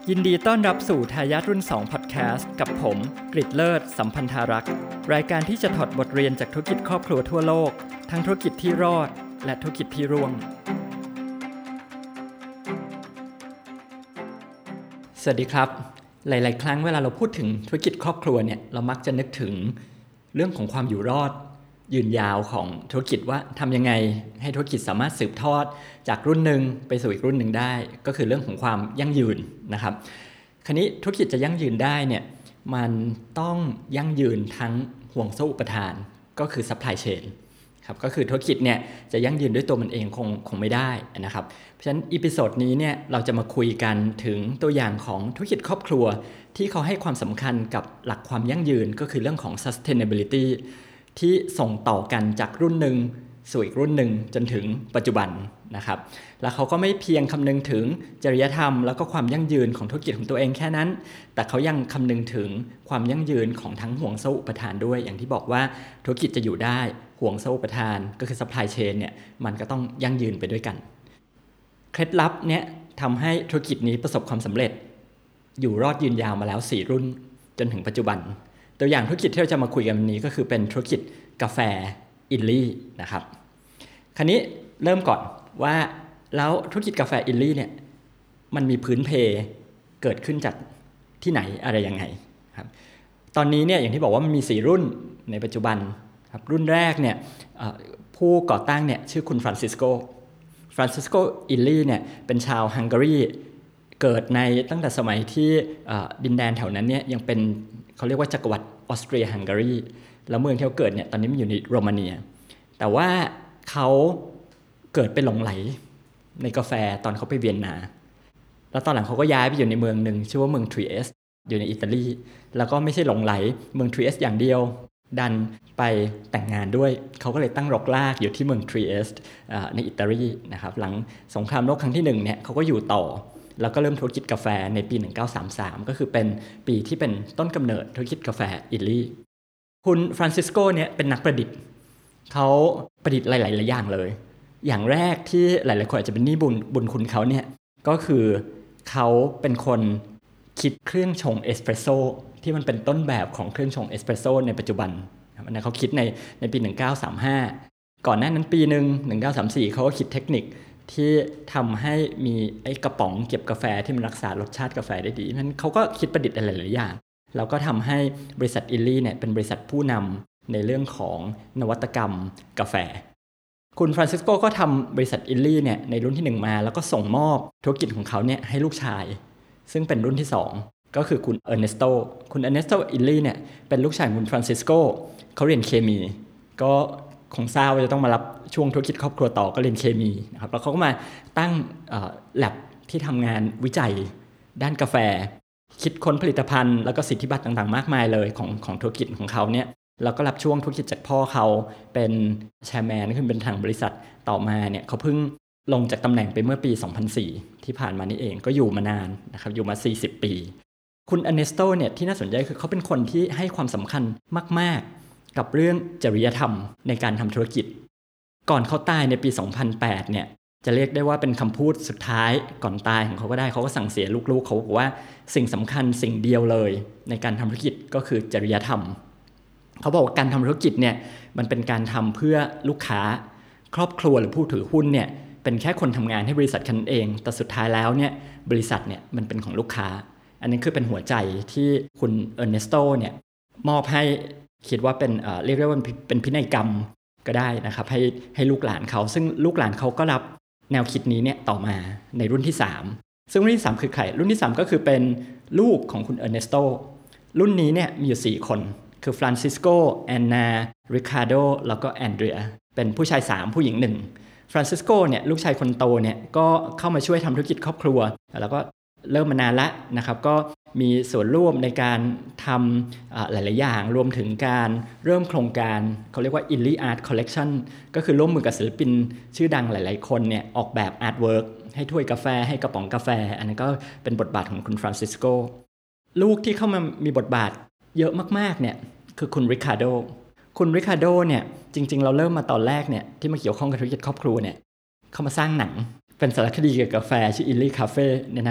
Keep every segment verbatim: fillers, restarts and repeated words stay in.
ยินดีต้อนรับสู่ทายาทรุ่นสองพอดแคสต์กับผมกฤตเลิศสัมพันธารักษ์รายการที่จะถอดบทเรียนจากธุรกิจครอบครัวทั่วโลกทั้งธุรกิจที่รอดและธุรกิจที่ร่วงสวัสดีครับหลายๆครั้งเวลาเราพูดถึงธุรกิจครอบครัวเนี่ยเรามักจะนึกถึงเรื่องของความอยู่รอดยืนยาวของธุรกิจว่าทำยังไงให้ธุรกิจสามารถสืบทอดจากรุ่นหนึ่งไปสู่อีกรุ่นหนึ่งได้ก็คือเรื่องของความยั่งยืนนะครับคราวนี้ธุรกิจจะยั่งยืนได้เนี่ยมันต้องยั่งยืนทั้งห่วงโซ่อุปทานก็คือ supply chain ครับก็คือธุรกิจเนี่ยจะยั่งยืนด้วยตัวมันเองคงคงไม่ได้นะครับเพราะฉะนั้นอีพิโซดนี้เนี่ยเราจะมาคุยกันถึงตัวอย่างของธุรกิจครอบครัวที่เขาให้ความสำคัญกับหลักความยั่งยืนก็คือเรื่องของ sustainabilityที่ส่งต่อกันจากรุ่นหนึ่งสู่อีกรุ่นหนึ่งจนถึงปัจจุบันนะครับแล้วเขาก็ไม่เพียงคำนึงถึงจริยธรรมแล้วก็ความยั่งยืนของธุรกิจของตัวเองแค่นั้นแต่เขายังคำนึงถึงความยั่งยืนของทั้งห่วงโซ่อุปทานด้วยอย่างที่บอกว่าธุรกิจจะอยู่ได้ห่วงโซ่อุปทานก็คือ supply chain เนี่ยมันก็ต้องยั่งยืนไปด้วยกันเคล็ดลับเนี่ยทำให้ธุรกิจนี้ประสบความสำเร็จอยู่รอดยืนยาวมาแล้วสี่รุ่นจนถึงปัจจุบันตัวอย่างธุรกิจที่เราจะมาคุยกันวันนี้ก็คือเป็นธุรกิจกาแฟอิลลี่นะครับคราวนี้เริ่มก่อนว่าแล้วธุรกิจกาแฟอิลลี่เนี่ยมันมีพื้นเพเกิดขึ้นจากที่ไหนอะไรยังไงครับตอนนี้เนี่ยอย่างที่บอกว่ามันมีสี่รุ่นในปัจจุบันครับรุ่นแรกเนี่ยผู้ก่อตั้งเนี่ยชื่อคุณฟรานซิสโกฟรานซิสโกอิลลี่เนี่ยเป็นชาวฮังการีเกิดในตั้งแต่สมัยที่ดินแดนแถวนั้นเนี่ยยังเป็นเขาเรียกว่าจักรวรรดิออสเตรียฮังการีแล้วเมืองที่เขาเกิดเนี่ยตอนนี้มันอยู่ในโรมาเนียแต่ว่าเขาเกิดไปหลงไหลในกาแฟตอนเขาไปเวียนนาแล้วตอนหลังเขาก็ย้ายไปอยู่ในเมืองหนึ่งชื่อว่าเมืองทริเอสต์อยู่ในอิตาลีแล้วก็ไม่ใช่หลงไหลเมืองทริเอสต์อย่างเดียวดันไปแต่งงานด้วยเขาก็เลยตั้งรกรากอยู่ที่เมืองทริเอสต์ในอิตาลีนะครับหลังสงครามโลกครั้งที่หนึ่งเนี่ยเขาก็อยู่ต่อแล้วก็เริ่มธุรกิจกาแฟในปีหนึ่งพันเก้าร้อยสามสิบสามก็คือเป็นปีที่เป็นต้นกำเนิดธุรกิจกาแฟอิลลี่คุณฟรานซิสโกเนี่ยเป็นนักประดิษฐ์เขาประดิษฐ์หลายๆอย่างเลยอย่างแรกที่หลายๆคนอาจจะเป็นหนี้บุญบุญคุณเขาเนี่ยก็คือเขาเป็นคนคิดเครื่องชงเอสเปรสโซ่ที่มันเป็นต้นแบบของเครื่องชงเอสเปรสโซ่ในปัจจุบันอันนั้นเขาคิดในในปีหนึ่งพันเก้าร้อยสามสิบห้าก่อนหน้านั้นปีนึงหนึ่งพันเก้าร้อยสามสิบสี่เขาก็คิดเทคนิคที่ทำให้มีไอ้กระป๋องเก็บกาแฟที่มันรักษารสชาติกาแฟได้ดีนั้นเขาก็คิดประดิษฐ์หลายๆอย่างแล้วก็ทำให้บริษัทอิลลี่เนี่ยเป็นบริษัทผู้นำในเรื่องของนวัตกรรมกาแฟคุณฟรานซิสโกก็ทำบริษัทอิลลี่เนี่ยในรุ่นที่หนึ่งมาแล้วก็ส่งมอบธุรกิจของเขาเนี่ยให้ลูกชายซึ่งเป็นรุ่นที่สองก็คือคุณเออร์เนสโตคุณเออร์เนสโตอิลลี่เนี่ยเป็นลูกชายของคุณฟรานซิสโกเขาเรียนเคมีก็คงทราบว่าจะต้องมารับช่วงธุรกิจครอบครัวต่อก็เรียนเคมีนะครับแล้วเขาก็มาตั้งแลบที่ทำงานวิจัยด้านกาแฟคิดค้นผลิตภัณฑ์แล้วก็สิทธิบัตรต่างๆมากมายเลยของของธุรกิจของเขาเนี่ยแล้วก็รับช่วงธุรกิจจากพ่อเขาเป็นแชร์แมนขึ้นเป็นทางบริษัทต่อมาเนี่ยเขาเพิ่งลงจากตำแหน่งไปเมื่อปีสองพันสี่ที่ผ่านมานี่เองก็อยู่มานานนะครับอยู่มาสี่สิบปีคุณอเนสโตเนี่ยที่น่าสนใจคือเขาเป็นคนที่ให้ความสำคัญมากๆกับเรื่องจริยธรรมในการทำธุรกิจก่อนเขาตายในปีสองพันแปดเนี่ยจะเรียกได้ว่าเป็นคำพูดสุดท้ายก่อนตายของเขาก็ได้เขาก็สั่งเสียลูกๆเขาบอกว่าสิ่งสำคัญสิ่งเดียวเลยในการทำธุรกิจก็คือจริยธรรมเขาบอกว่าการทำธุรกิจเนี่ยมันเป็นการทำเพื่อลูกค้าครอบครัวหรือผู้ถือหุ้นเนี่ยเป็นแค่คนทำงานให้บริษัทกันเองแต่สุดท้ายแล้วเนี่ยบริษัทเนี่ยมันเป็นของลูกค้าอันนี้คือเป็นหัวใจที่คุณเออร์เนสโตเนี่ยมอบให้คิดว่าเป็นเอ่อเรียกได้ว่าเป็นพินัยกรรมก็ได้นะครับให้ให้ลูกหลานเขาซึ่งลูกหลานเขาก็รับแนวคิดนี้เนี่ยต่อมาในรุ่นที่สามซึ่งรุ่นที่สามคือใครรุ่นที่สามก็คือเป็นลูกของคุณเออร์เนสโตรุ่นนี้เนี่ยมีอยู่สี่คนคือฟรานซิสโกแอนนาริคาร์โดแล้วก็แอนเดรียเป็นผู้ชายสามผู้หญิงหนึ่งฟรานซิสโกเนี่ยลูกชายคนโตเนี่ยก็เข้ามาช่วยทำธุรกิจครอบครัวแล้วก็เริ่มมานานละนะครับก็มีส่วนร่วมในการทำหลายๆอย่างรวมถึงการเริ่มโครงการเขาเรียกว่า Illy Art Collection ก็คือร่วมมือกับศิลปินชื่อดังหลายๆคนเนี่ยออกแบบอาร์ตเวิร์กให้ถ้วยกาแฟให้กระป๋องกาแฟอันนั้นก็เป็นบทบาทของคุณฟรานซิสโกลูกที่เข้ามามีบทบาทเยอะมากๆเนี่ยคือคุณริคาร์โดคุณริคาร์โดเนี่ยจริงๆเราเริ่มมาตอนแรกเนี่ยที่มาเกี่ยวข้องกับธุรกิจครอบครัวเนี่ยเขามาสร้างหนังเป็นสารคดีเกี่ยวกับกาแฟชื่อ Illy Cafe เนี่ยนะครับ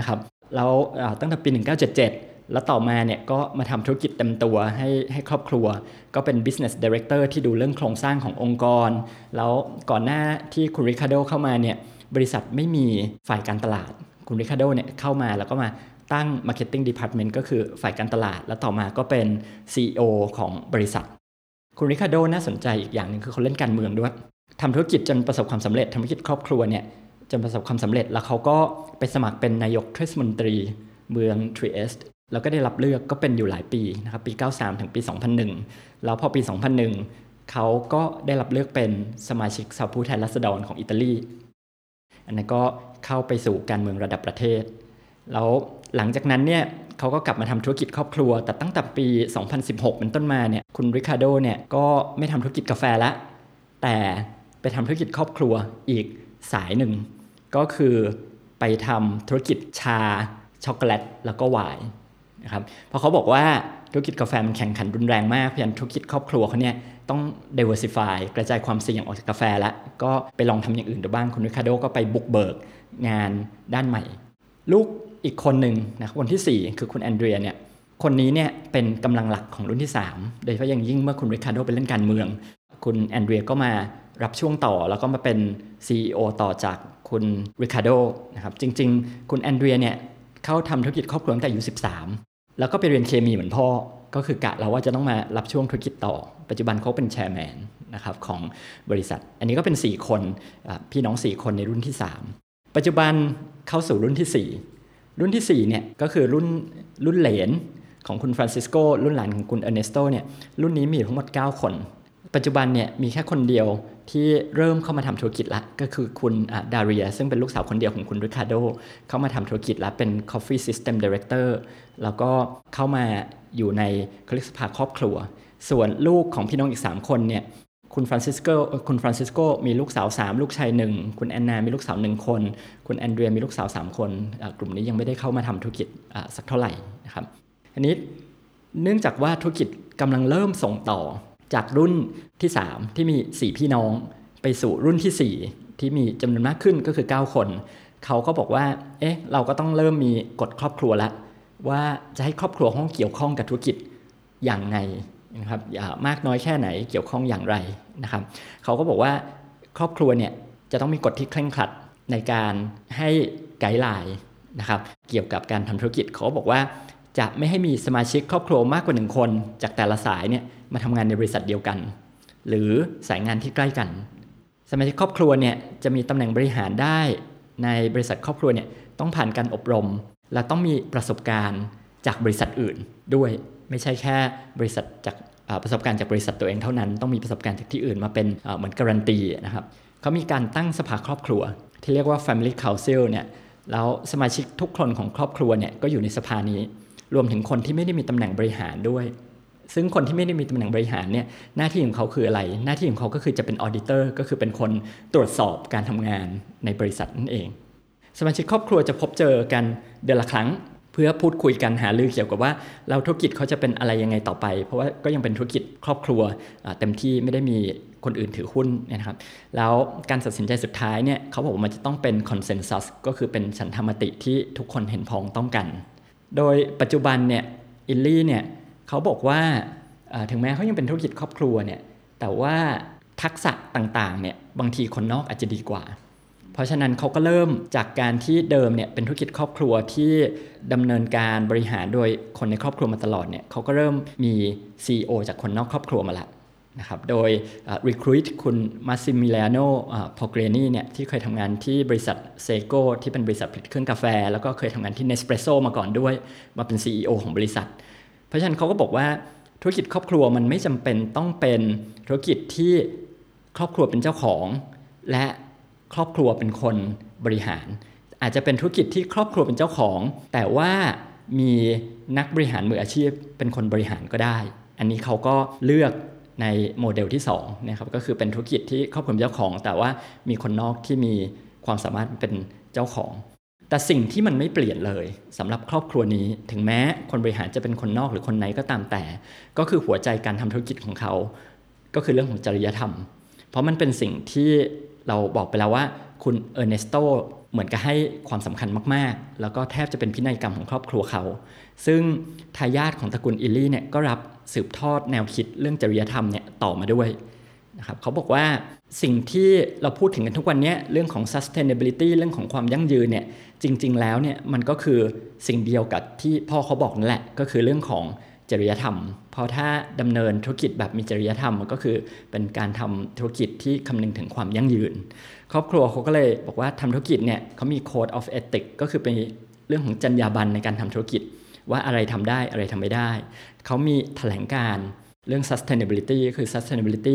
แล้วตั้งแต่ปีหนึ่งเก้าเจ็ดเจ็ดแล้วต่อมาเนี่ยก็มาทำธุรกิจเต็มตัวให้ให้ครอบครัวก็เป็น business director ที่ดูเรื่องโครงสร้างขององค์กรแล้วก่อนหน้าที่คุณริคาร์โดเข้ามาเนี่ยบริษัทไม่มีฝ่ายการตลาดคุณริคาร์โดเนี่ยเข้ามาแล้วก็มาตั้ง marketing department ก็คือฝ่ายการตลาดแล้วต่อมาก็เป็น ซี อี โอ ของบริษัทคุณริคาร์โดน่าสนใจอีกอย่างนึงคือเขาเล่นการเมืองด้วยทำธุรกิจจนประสบความสำเร็จทำธุรกิจครอบครัวเนี่ยจนประสบความสำเร็จแล้วเขาก็ไปสมัครเป็นนายกเทศมนตรีเมืองทริเอสต์แล้วก็ได้รับเลือกก็เป็นอยู่หลายปีนะครับปีเก้าสิบสามถึงปีสองพันหนึ่งแล้วพอปีสองพันหนึ่งเขาก็ได้รับเลือกเป็นสมาชิกสภาผู้แทนราษฎรของอิตาลีอันนั้นก็เข้าไปสู่การเมืองระดับประเทศแล้วหลังจากนั้นเนี่ยเขาก็กลับมาทำธุรกิจครอบครัวแต่ตั้งแต่ปีสองพันสิบหกเป็นต้นมาเนี่ยคุณริคาร์โดเนี่ยก็ไม่ทำธุรกิจกาแฟแล้วแต่ไปทำธุรกิจครอบครัวอีกสายหนึ่งก็คือไปทำธุรกิจชาช็อกโกแลตแล้วก็ไวน์นะครับเพราะเขาบอกว่าธุรกิจกาแฟมันแข่งขันรุนแรงมากเพราะฉะนั้นธุรกิจครอบครัวเขาเนี่ยต้อง diversify กระจายความเสี่ยงออกจากกาแฟแล้วก็ไปลองทำอย่างอื่นดูบ้างคุณริคาร์โดก็ไปบุกเบิกงานด้านใหม่ลูกอีกคนหนึ่งนะคนที่สี่คือคุณแอนเดรียเนี่ยคนนี้เนี่ยเป็นกำลังหลักของรุ่นที่สามโดยเฉพาะอย่างยิ่งเมื่อคุณริคาร์โดไปเล่นการเมืองคุณแอนเดรียก็มารับช่วงต่อแล้วก็มาเป็น ซี อี โอ ต่อจากคุณริคาร์โดนะครับจริงๆคุณแอนเดรียเนี่ยเข้าทำธุรกิจครอบครัวตั้งแต่อายุสิบสามแล้วก็ไปเรียนเคมีเหมือนพ่อก็คือกะแล้วว่าจะต้องมารับช่วงธุรกิจต่อปัจจุบันเขาเป็นแชร์แมนนะครับของบริษัทอันนี้ก็เป็นสี่คนพี่น้องสี่คนในรุ่นที่สามปัจจุบันเข้าสู่รุ่นที่สี่รุ่นที่สี่เนี่ยก็คือรุ่นรุ่นเหลนของคุณฟรานซิสโกรุ่นหลานของคุณเอร์เนสโตเนี่ยรุ่นนี้มีทั้งหมดเก้าคนปัจจุบันเนี่ยมีแค่คนเดียวที่เริ่มเข้ามาทำธุรกิจละก็คือคุณดาเรียซึ่งเป็นลูกสาวคนเดียวของคุณริคาร์โดเข้ามาทำธุรกิจแล้วเป็น Coffee System Director แล้วก็เข้ามาอยู่ในเขาเรียกสภาครอบครัวส่วนลูกของพี่น้องอีกสามคนเนี่ยคุณฟรานซิสโกคุณฟรานซิสโกมีลูกสาวสามลูกชายหนึ่งคุณแอนนามีลูกสาวหนึ่งคนคุณแอนเดรียมีลูกสาวสามคนกลุ่มนี้ยังไม่ได้เข้ามาทำธุรกิจสักเท่าไหร่นะครับอันนี้เนื่องจากว่าธุรกิจกำลังเริ่มส่งต่อจากรุ่นที่สามที่มีสี่พี่น้องไปสู่รุ่นที่สี่ที่มีจำนวนมากขึ้นก็คือเก้าคนเขาก็บอกว่าเอ๊ะเราก็ต้องเริ่มมีกฎครอบครัวแล้วว่าจะให้ครอบครัวของเกี่ยวข้องกับธุรกิจอย่างไรนะครับมากน้อยแค่ไหนเกี่ยวข้องอย่างไรนะครับเขาก็บอกว่าครอบครัวเนี่ยจะต้องมีกฎที่เคร่งครัดในการให้ไกด์ไลน์นะครับเกี่ยวกับการทำธุรกิจเขาบอกว่าจะไม่ให้มีสมาชิกครอบครัวมากกว่าหนึ่งคนจากแต่ละสายเนี่ยมาทำงานในบริษัทเดียวกันหรือสายงานที่ใกล้กันสมาชิกครอบครัวเนี่ยจะมีตำแหน่งบริหารได้ในบริษัทครอบครัวเนี่ยต้องผ่านการอบรมและต้องมีประสบการณ์จากบริษัทอื่นด้วยไม่ใช่แค่บริษัทจากประสบการณ์จากบริษัทตัวเองเท่านั้นต้องมีประสบการณ์จากที่อื่นมาเป็นเหมือนการันตีนะครับเขามีการตั้งสภาครอบครัวที่เรียกว่า Family Council เนี่ยแล้วสมาชิกทุกคนของครอบครัวเนี่ยก็อยู่ในสภานี้รวมถึงคนที่ไม่ได้มีตำแหน่งบริหารด้วยซึ่งคนที่ไม่ได้มีตำแหน่งบริหารเนี่ยหน้าที่ของเขาคืออะไรหน้าที่ของเขาก็คือจะเป็นออดิเตอร์ก็คือเป็นคนตรวจสอบการทำงานในบริษัทนั่นเองสมาชิกครอบครัวจะพบเจอกันเดือนละครั้งเพื่อพูดคุยกันหารือเกี่ยวกับว่าเราธุรกิจเขาจะเป็นอะไรยังไงต่อไปเพราะว่าก็ยังเป็นธุรกิจครอบครัวเต็มที่ไม่ได้มีคนอื่นถือหุ้นนะครับแล้วการตัดสินใจสุดท้ายเนี่ยเขาบอกว่ามันจะต้องเป็นคอนเซนแซสก็คือเป็นฉันทามติที่ทุกคนเห็นพ้องต้องกันโดยปัจจุบันเนี่ยอิลลี่เนี่ยเขาบอกว่าถึงแม้เขายังเป็นธุรกิจครอบครัวเนี่ยแต่ว่าทักษะต่างๆเนี่ยบางทีคนนอกอาจจะดีกว่าเพราะฉะนั้นเขาก็เริ่มจากการที่เดิมเนี่ยเป็นธุรกิจครอบครัวที่ดำเนินการบริหารโดยคนในครอบครัวมาตลอดเนี่ยเขาก็เริ่มมี ซี อี โอ จากคนนอกครอบครัวมาละนะครับโดย recruit คุณ Massimiliano Poggiani เนี่ยที่เคยทำงานที่บริษัท Seiko ที่เป็นบริษัทผลิตเครื่องกาแฟแล้วก็เคยทำงานที่ Nespresso มาก่อนด้วยมาเป็น ซี อี โอ ของบริษัทเพราะฉะนั้นเขาก็บอกว่าธุรกิจครอบครัวมันไม่จำเป็นต้องเป็นธุรกิจที่ครอบครัวเป็นเจ้าของและครอบครัวเป็นคนบริหารอาจจะเป็นธุรกิจที่ครอบครัวเป็นเจ้าของแต่ว่ามีนักบริหารมืออาชีพเป็นคนบริหารก็ได้อันนี้เขาก็เลือกในโมเดลที่สองนะครับก็คือเป็นธุรกิจที่ครอบครัวเป็นเจ้าของแต่ว่ามีคนนอกที่มีความสามารถเป็นเจ้าของแต่สิ่งที่มันไม่เปลี่ยนเลยสำหรับครอบครัวนี้ถึงแม้คนบริหารจะเป็นคนนอกหรือคนไหนก็ตามแต่ก็คือหัวใจการทำธุรกิจของเขาก็คือเรื่องของจริยธรรมเพราะมันเป็นสิ่งที่เราบอกไปแล้วว่าคุณเออร์เนสโตเหมือนกับให้ความสำคัญมากๆแล้วก็แทบจะเป็นพินัยกรรมของครอบครัวเขาซึ่งทายาทของตระกูลอิลลี่เนี่ยก็รับสืบทอดแนวคิดเรื่องจริยธรรมเนี่ยต่อมาด้วยนะครับเขาบอกว่าสิ่งที่เราพูดถึงกันทุกวันนี้เรื่องของ sustainability เรื่องของความยั่งยืนเนี่ยจริงๆแล้วเนี่ยมันก็คือสิ่งเดียวกับที่พ่อเขาบอกนั่นแหละก็คือเรื่องของจริยธรรมเพราะถ้าดำเนินธุรกิจแบบมีจริยธรรมมันก็คือเป็นการทำธุรกิจที่คำนึงถึงความยั่งยืนครอบครัวเขาก็เลยบอกว่าทำธุรกิจเนี่ยเขามี code of ethics ก็คือเป็นเรื่องของจรรยาบรรณในการทำธุรกิจว่าอะไรทำได้อะไรทำไม่ได้เขามีแถลงการเรื่อง sustainability คือ sustainability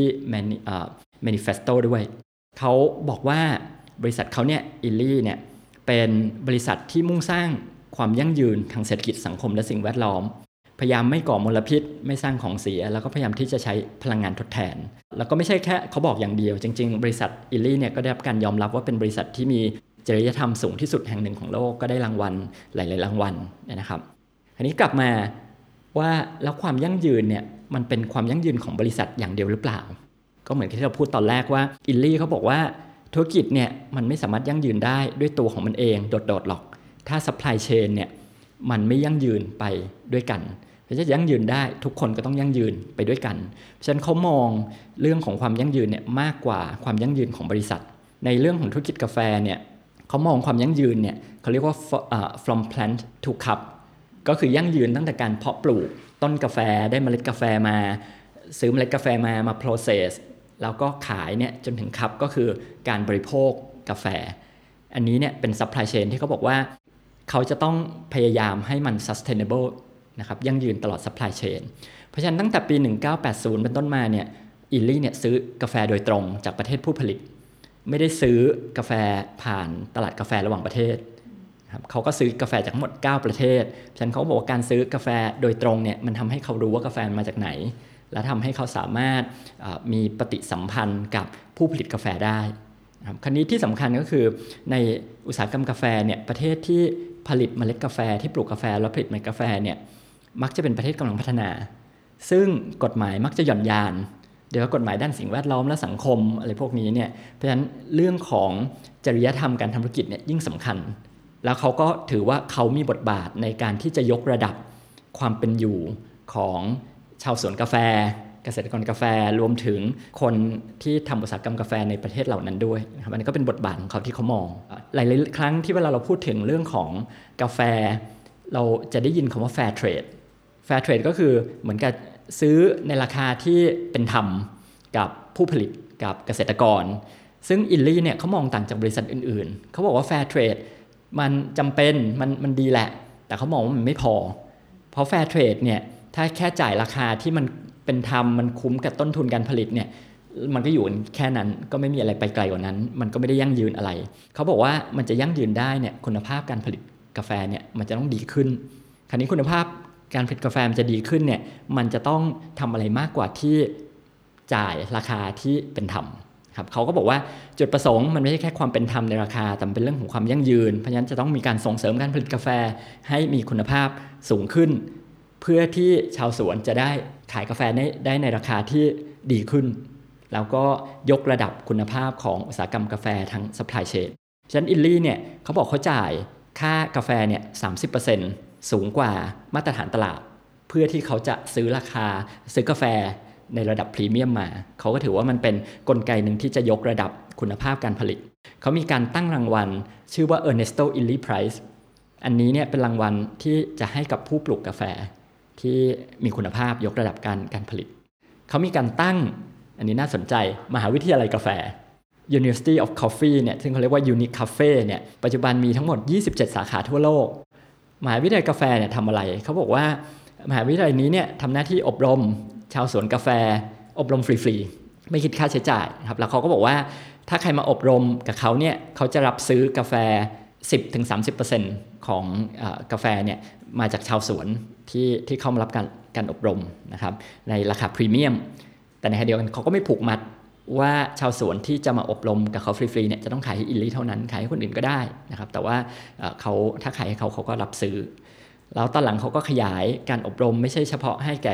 manifesto ด้วยเขาบอกว่าบริษัทเขาเนี่ยอิลลี่เนี่ยเป็นบริษัทที่มุ่งสร้างความยั่งยืนทางเศรษฐกิจสังคมและสิ่งแวดล้อมพยายามไม่ก่อมลพิษไม่สร้างของเสียแล้วก็พยายามที่จะใช้พลังงานทดแทนแล้วก็ไม่ใช่แค่เขาบอกอย่างเดียวจริงๆบริษัทอิลลี่เนี่ยก็ได้รับการยอมรับว่าเป็นบริษัทที่มีจริยธรรมสูงที่สุดแห่งหนึ่งของโลกก็ได้รางวัลหลายๆรางวัลนะครับอันนี้กลับมาว่าแล้วความยั่งยืนเนี่ยมันเป็นความยั่งยืนของบริษัทอย่างเดียวหรือเปล่าก็เหมือนที่เราพูดตอนแรกว่าอิลลี่เขาบอกว่าธุรกิจเนี่ยมันไม่สามารถยั่งยืนได้ด้วยตัวของมันเองโดดๆหรอกถ้า supply chain เนี่ยมันไม่ยั่งยืนไปด้วยกันเพราะฉะนั้นยั่งยืนได้ทุกคนก็ต้องยั่งยืนไปด้วยกันเพราะฉะนั้นเขามองเรื่องของความยั่งยืนเนี่ยมากกว่าความยั่งยืนของบริษัทในเรื่องของธุรกิจกาแฟเนี่ยเขามองความยั่งยืนเนี่ยเขาเรียกว่า from plant to cup ก็คือยั่งยืนตั้งแต่การเพาะปลูกต้นกาแฟได้เมล็ดกาแฟมาซื้อเมล็ดกาแฟมามา process แล้วก็ขายเนี่ยจนถึงคัพก็คือการบริโภคกาแฟอันนี้เนี่ยเป็น supply chain ที่เขาบอกว่าเขาจะต้องพยายามให้มัน sustainable นะครับยั่งยืนตลอด supply chain เพราะฉะนั้นตั้งแต่ปีหนึ่งเก้าแปดศูนย์เป็นต้นมาเนี่ยอิลลี่เนี่ยซื้อกาแฟโดยตรงจากประเทศผู้ผลิตไม่ได้ซื้อกาแฟผ่านตลาดกาแฟระหว่างประเทศครับเขาก็ซื้อกาแฟจากทั้งหมดเก้าประเทศฉะนั้นเขาบอกว่าการซื้อกาแฟโดยตรงเนี่ยมันทำให้เขารู้ว่ากาแฟมาจากไหนและทำให้เขาสามารถมีปฏิสัมพันธ์กับผู้ผลิตกาแฟได้ครับคราวนี้ที่สำคัญก็คือในอุตสาหกรรมกาแฟเนี่ยประเทศที่ผลิตเมล็ดกาแฟที่ปลูกกาแฟแล้วผลิตเมล็ดกาแฟเนี่ยมักจะเป็นประเทศกำลังพัฒนาซึ่งกฎหมายมักจะหย่อนยานโดยเฉพาะกฎหมายด้านสิ่งแวดล้อมและสังคมอะไรพวกนี้เนี่ยเพราะฉะนั้นเรื่องของจริยธรรมการทำธุรกิจเนี่ยยิ่งสำคัญแล้วเขาก็ถือว่าเขามีบทบาทในการที่จะยกระดับความเป็นอยู่ของชาวสวนกาแฟเกษตรกรกาแฟรวมถึงคนที่ทำอุตสาหกรรมกาแฟในประเทศเหล่านั้นด้วยนะครับอันนี้ก็เป็นบทบาทของเขาที่เขามองหลายๆครั้งที่เวลาเราพูดถึงเรื่องของกาแฟเราจะได้ยินคำว่า fair trade fair trade ก็คือเหมือนกับซื้อในราคาที่เป็นธรรมกับผู้ผลิตกับเกษตรกรซึ่งอิลลี่เนี่ยเขามองต่างจากบริษัทอื่นๆเขาบอกว่า fair trade มันจำเป็นมันมันดีแหละแต่เขามองว่ามันไม่พอเพราะ fair trade เนี่ยถ้าแค่จ่ายราคาที่มันเป็นธรรมมันคุ้มกับต้นทุนการผลิตเนี่ยมันก็อยู่แค่นั้นก็ไม่มีอะไรไปไกลกว่านั้นมันก็ไม่ได้ยั่งยืนอะไรเขาบอกว่ามันจะยั่งยืนได้เนี่ยคุณภาพการผลิตกาแฟเนี่ยมันจะต้องดีขึ้นคราวนี้คุณภาพการผลิตกาแฟมันจะดีขึ้นเนี่ยมันจะต้องทำอะไรมากกว่าที่จ่ายราคาที่เป็นธรรมครับเขาก็บอกว่าจุดประสงค์มันไม่ใช่แค่ความเป็นธรรมในราคาแต่เป็นเรื่องของความยั่งยืนเพราะฉะนั้นจะต้องมีการส่งเสริมการผลิตกาแฟให้มีคุณภาพสูงขึ้นเพื่อที่ชาวสวนจะได้ขายกาแฟได้ได้ในราคาที่ดีขึ้นแล้วก็ยกระดับคุณภาพของอุตสาหกรรมกาแฟทั้ง supply chain ฉะนั้นอิลลี่เนี่ยเขาบอกเขาจ่ายค่ากาแฟเนี่ย สามสิบเปอร์เซ็นต์ สูงกว่ามาตรฐานตลาดเพื่อที่เขาจะซื้อราคาซื้อกาแฟในระดับพรีเมียมมาเขาก็ถือว่ามันเป็นกลไกหนึ่งที่จะยกระดับคุณภาพการผลิตเขามีการตั้งรางวัลชื่อว่า Ernesto Illy Prize อันนี้เนี่ยเป็นรางวัลที่จะให้กับผู้ปลูกกาแฟที่มีคุณภาพยกระดับการการผลิตเขามีการตั้งอันนี้น่าสนใจมหาวิทยาลัยกาแฟ University of Coffee เนี่ยซึ่งเขาเรียกว่า Unique Cafe เนี่ยปัจจุบันมีทั้งหมดยี่สิบเจ็ดสาขาทั่วโลกมหาวิทยาลัยกาแฟเนี่ยทำอะไรเขาบอกว่ามหาวิทยาลัยนี้เนี่ยทำหน้าที่อบรมชาวสวนกาแฟอบรมฟรีๆไม่คิดค่าใช้จ่ายครับแล้วเขาก็บอกว่าถ้าใครมาอบรมกับเขาเนี่ยเขาจะรับซื้อกาแฟ สิบถึงสามสิบเปอร์เซ็นต์ ของเอ่อกาแฟเนี่ยมาจากชาวสวนที่ที่เข้ามารับการการอบรมนะครับในราคาพรีเมียมแต่ในขณะเดียวกันเขาก็ไม่ผูกมัดว่าชาวสวนที่จะมาอบรมกับเขาฟรีๆเนี่ยจะต้องขายให้อิลลี่เท่านั้นขายให้คนอื่นก็ได้นะครับแต่ว่าเขาถ้าขายให้เขาเขาก็รับซื้อแล้วตอนหลังเขาก็ขยายการอบรมไม่ใช่เฉพาะให้แก่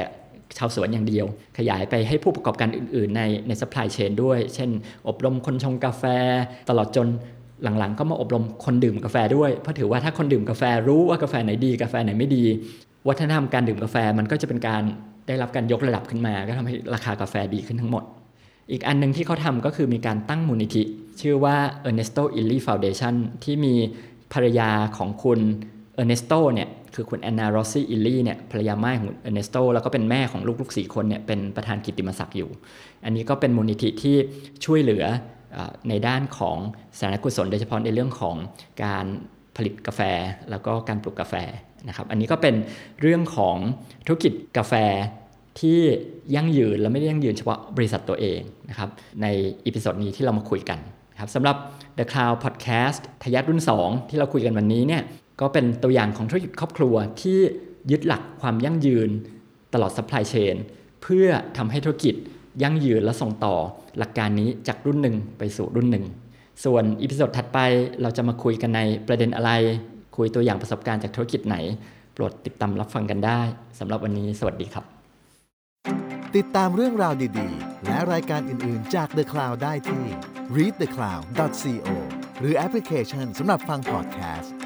ชาวสวนอย่างเดียวขยายไปให้ผู้ประกอบการอื่นๆในใน supply chain ด้วยเช่นอบรมคนชงกาแฟตลอดจนหลังๆก็มาอบรมคนดื่มกาแฟด้วยเพราะถือว่าถ้าคนดื่มกาแฟรู้ว่ากาแฟไหนดีกาแฟไหนไม่ดีวัฒนธรรมการดื่มกาแฟมันก็จะเป็นการได้รับการยกระดับขึ้นมาก็ทำให้ราคากาแฟดีขึ้นทั้งหมดอีกอันนึงที่เขาทำก็คือมีการตั้งมูลนิธิชื่อว่า Ernesto Illy Foundation ที่มีภรรยาของคุณ Ernesto เนี่ยคือคุณแอนนาโรซี่อิลลี่เนี่ยภรรยาม่ายของเออร์เนสโตแล้วก็เป็นแม่ของลูกๆสี่คนเนี่ยเป็นประธานกิตติมศักดิ์อยู่อันนี้ก็เป็นมูลนิธิที่ช่วยเหลือในด้านของสาธารณกุศลโดยเฉพาะในเรื่องของการผลิตกาแฟแล้วก็การปลูกกาแฟนะครับอันนี้ก็เป็นเรื่องของธุรกิจกาแฟที่ยั่งยืนและไม่ได้ยั่งยืนเฉพาะบริษัทตัวเองนะครับในอีพิโซดนี้ที่เรามาคุยกันครับสำหรับ The Cloud Podcast ทยัตรุ่นสองที่เราคุยกันวันนี้เนี่ยก็เป็นตัวอย่างของธุรกิจครอบครัวที่ยึดหลักความยั่งยืนตลอด supply chain เพื่อทำให้ธุรกิจยั่งยืนและส่งต่อหลักการนี้จากรุ่นหนึ่งไปสู่รุ่นหนึ่งส่วนอีพิโซดถัดไปเราจะมาคุยกันในประเด็นอะไรคุยตัวอย่างประสบการณ์จากธุรกิจไหนโปรดติดตามรับฟังกันได้สำหรับวันนี้สวัสดีครับติดตามเรื่องราวดีๆและรายการอื่นๆจาก The Cloud ได้ที่ รีด เดอะ คลาวด์ ดอท ซี โอ หรือแอปพลิเคชันสำหรับฟังพอดแคสต์